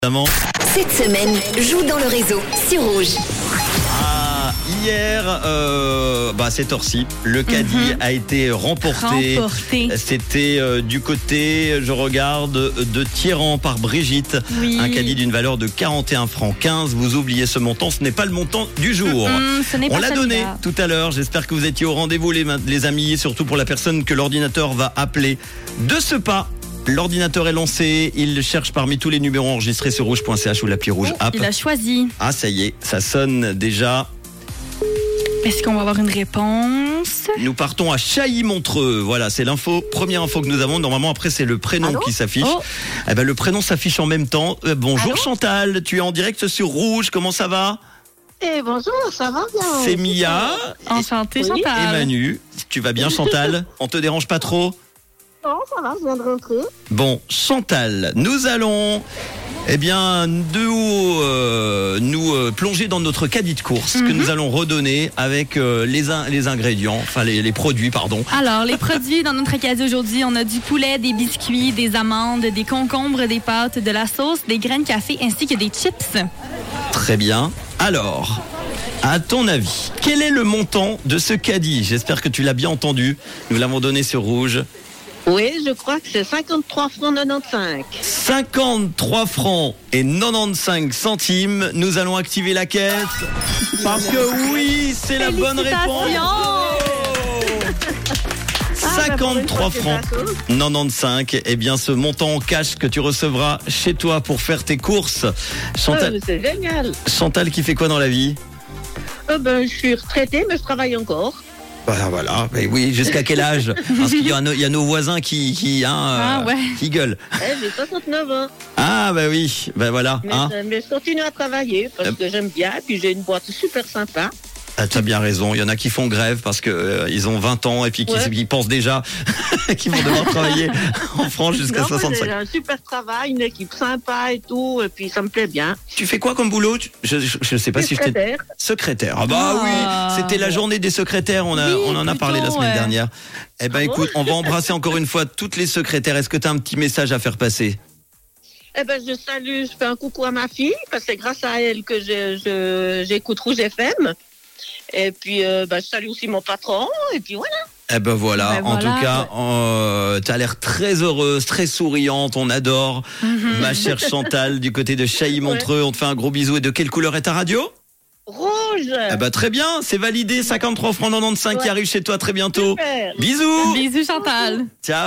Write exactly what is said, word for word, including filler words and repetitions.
Évidemment. Cette semaine, joue dans le réseau sur Rouge. Ah, hier, euh, bah, à cette heure-ci, le caddie Mhm. a été remporté. Remporté. C'était euh, du côté, je regarde, de Thieran par Brigitte. Oui. Un caddie d'une valeur de quarante et un francs quinze. Vous oubliez ce montant, ce n'est pas le montant du jour. Mm, ce n'est On pas l'a celui-là. donné tout à l'heure. J'espère que vous étiez au rendez-vous, les, les amis, surtout pour la personne que l'ordinateur va appeler. De ce pas, l'ordinateur est lancé. Il cherche parmi tous les numéros enregistrés sur rouge point c h ou l'appli Rouge App. Il a choisi. Ah, ça y est, ça sonne déjà. Est-ce qu'on va avoir une réponse? Nous partons à Chailly-Montreux. Voilà, c'est l'info, première info que nous avons. Normalement, après, c'est le prénom Allô qui s'affiche. Oh. Eh ben, le prénom s'affiche en même temps. Euh, bonjour Allô Chantal, tu es en direct sur Rouge. Comment ça va? Eh bonjour, ça va bien? C'est Mia Enchantée, Oui. Chantal. et Manu. Tu vas bien, Chantal? On te dérange pas trop? Non, ça va, je viens de rentrer. Bon, Chantal, nous allons, eh bien, nous, euh, nous euh, plonger dans notre caddie de course que Mhm. nous allons redonner avec euh, les, in- les ingrédients, enfin les, les produits, pardon. Alors, les produits dans notre caddie aujourd'hui, on a du poulet, des biscuits, des amandes, des concombres, des pâtes, de la sauce, des graines café ainsi que des chips. Très bien. Alors, à ton avis, quel est le montant de ce caddie? J'espère que tu l'as bien entendu. Nous l'avons donné sur Rouge. Oui, je crois que c'est cinquante-trois francs quatre-vingt-quinze. cinquante-trois francs et quatre-vingt-quinze centimes. Nous allons activer la caisse. Parce que oui, c'est la bonne réponse. cinquante-trois francs quatre-vingt-quinze. Eh bien, ce montant en cash que tu recevras chez toi pour faire tes courses. Chantal, Oh, c'est génial. Chantal qui fait quoi dans la vie? Oh, ben, je suis retraitée, mais je travaille encore. Voilà, voilà. Mais oui, jusqu'à quel âge? Parce qu'il y, a nos- il y a nos voisins qui, qui, hein, Ah, euh, ouais. qui gueulent. Eh, j'ai soixante-neuf ans. Ah, bah oui, ben voilà. Mais, Hein. je, mais je continue à travailler parce Euh. que j'aime bien. Puis j'ai une boîte super sympa. Ah, tu as bien raison. Il y en a qui font grève parce que euh, ils ont vingt ans et puis qui, Ouais. qui pensent déjà qu'ils vont devoir travailler en France jusqu'à Non, moi, soixante-cinq. j'ai un super travail, une équipe sympa et tout. Et puis ça me plaît bien. Tu fais quoi comme boulot? Tu- Je ne sais pas si je t'ai... Secrétaire. Secrétaire. Ah bah Ah. oui, c'était la journée des secrétaires. On, a, Oui, on en a plutôt, parlé la semaine ouais. dernière. Eh ben Ah bon écoute, on va embrasser encore une fois toutes les secrétaires. Est-ce que tu as un petit message à faire passer? Eh ben, je salue, je fais un coucou à ma fille parce que c'est grâce à elle que je, je, j'écoute Rouge F M. Et puis, euh, ben, je salue aussi mon patron. Et puis voilà. Eh ben voilà, Ben en voilà. tout cas, euh, tu as l'air très heureuse, très souriante, on adore. Mhm. Ma chère Chantal, du côté de Chailly-Montreux, on te fait un gros bisou. Et de quelle couleur est ta radio? Rouge. Eh ben très bien, c'est validé, cinquante-trois francs quatre-vingt-quinze qui Ouais. arrive chez toi très bientôt. Super. Bisous. Bisous, Chantal. Ciao.